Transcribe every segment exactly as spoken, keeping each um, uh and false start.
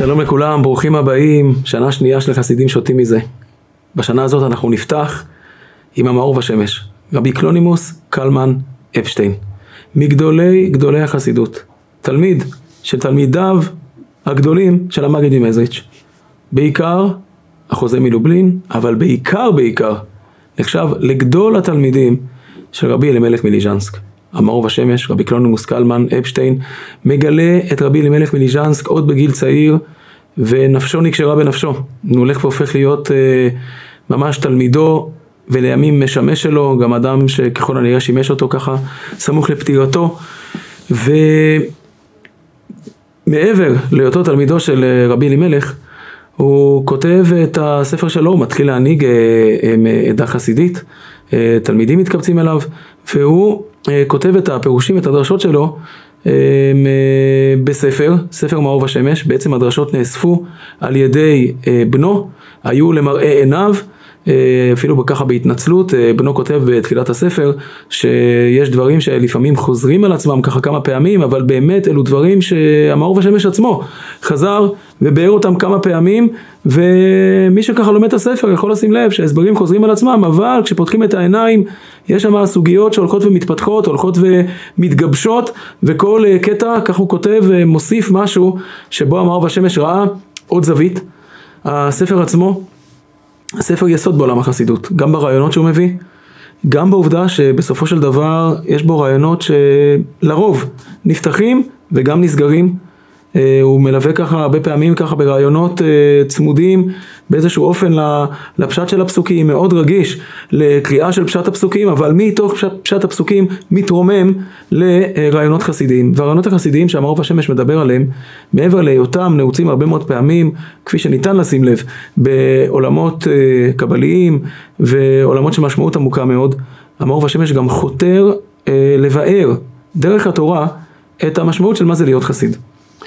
שלום לכולם, ברוכים הבאים, שנה שנייה של חסידים שותים מזה. בשנה הזאת אנחנו נפתח עם המאור בשמש, רבי קלונימוס קלמן אפשטיין, מגדולי גדולי החסידות, תלמיד של תלמידיו הגדולים של המגיד ממזריץ', בעיקר החוזה מלובלין, אבל בעיקר בעיקר נחשב לגדול התלמידים של רבי אלימלך מליז'נסק. המאור בשמש, רבי קלונימוס קלמן אפשטיין, מגלה את רבי אלימלך מליז'נסק עוד בגיל צעיר, ונפשו נקשרה בנפשו. הוא הולך והופך להיות אה, ממש תלמידו, ולימים משמש שלו, גם אדם שככל הנראה שימש אותו ככה, סמוך לפטירתו. ומעבר לאותו תלמידו של רבי אלימלך, הוא כותב את הספר שלו, הוא מתחיל להנהיג עדה חסידית, תלמידים מתקבצים אליו, והוא כותב את הפירושים, את הדרשות שלו, בספר, ספר מאור בשמש. בעצם הדרשות נאספו על ידי בנו, היו למראה עיניו, אפילו ככה בהתנצלות, בנו כותב בתחילת הספר שיש דברים שלפעמים חוזרים על עצמם ככה כמה פעמים, אבל באמת אלו דברים שהמאור בשמש עצמו חזר ובאר אותם כמה פעמים, ומי שככה לומד את הספר יכול לשים לב שההסברים חוזרים על עצמם, אבל כשפותחים את העיניים יש שם סוגיות שהולכות ומתפתחות, הולכות ומתגבשות, וכל קטע, כך הוא כותב, מוסיף משהו שבו המאור בשמש ראה עוד זווית. הספר עצמו ספר יסוד בעולם החסידות, גם ברעיונות שהוא מביא, גם בעובדה שבסופו של דבר יש בו רעיונות שלרוב נפתחים וגם נסגרים. הוא מלווה ככה הרבה פעמים ככה ברעיונות צמודים באיזשהו אופן לפשט של הפסוקים, מאוד רגיש לקריאה של פשט הפסוקים, אבל מתוך פשט, פשט הפסוקים מתרומם לרעיונות חסידיים. והרעיונות החסידיים שהמאור בשמש מדבר עליהם, מעבר להיותם נעוצים הרבה מאוד פעמים, כפי שניתן לשים לב, בעולמות קבליים ועולמות של משמעות עמוקה מאוד, המאור בשמש גם חותר לבאר דרך התורה את המשמעות של מה זה להיות חסיד.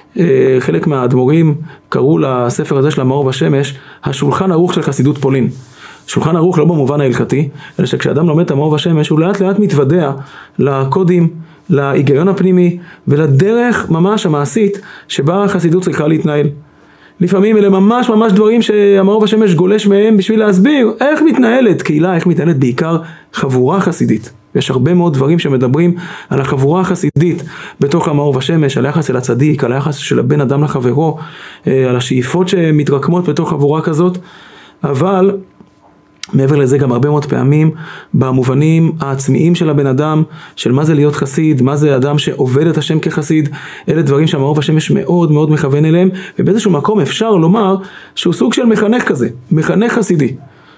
חלק מהאדמו"רים קראו לספר הזה של המאור בשמש השולחן ערוך של חסידות פולין. שולחן ערוך לא במובן ההלכתי, אלא שכשאדם לומד את המאור בשמש הוא לאט לאט מתוודע לקודים, להיגיון הפנימי ולדרך ממש המעשית שבה החסידות צריכה להתנהל. לפעמים אלה ממש ממש דברים שהמאור בשמש גולש מהם בשביל להסביר איך מתנהלת קהילה, איך מתנהלת בעיקר חבורה חסידית. יש הרבה מאוד דברים שמדברים על החבורה החסידית בתוך המאור בשמש, על היחס אל הצדיק, על היחס של הבן אדם לחברו, על השאיפות שמתרקמות בתוך חבורה כזאת, אבל מעבר לזה גם הרבה מאוד פעמים במובנים העצמיים של הבן אדם, של מה זה להיות חסיד, מה זה אדם שעובד את השם כחסיד, אלה דברים שהמאור בשמש מאוד מאוד מכוון אליהם, ובאיזשהו מקום אפשר לומר שהוא סוג של מחנך כזה, מחנך חסידי.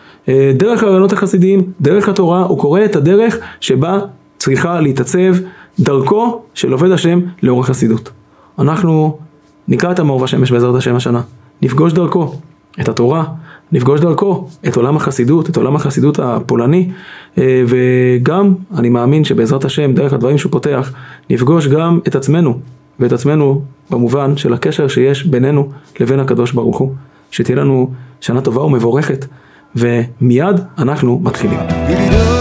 דרך הרעיונות החסידיים, דרך התורה, הוא קורא את הדרך שבה צריכה להתעצב דרכו של עובד השם לאור החסידות. אנחנו נקרא את המאור בשמש בעזרת השם השנה, נפגוש דרכו את התורה, נפגוש דרכו את עולם החסידות, את עולם החסידות הפולני, וגם אני מאמין שבעזרת השם דרך הדברים שהוא פותח, נפגוש גם את עצמנו, ואת עצמנו במובן של הקשר שיש בינינו לבין הקדוש ברוך הוא. שתהיה לנו שנה טובה ומבורכת, ומיד אנחנו מתחילים.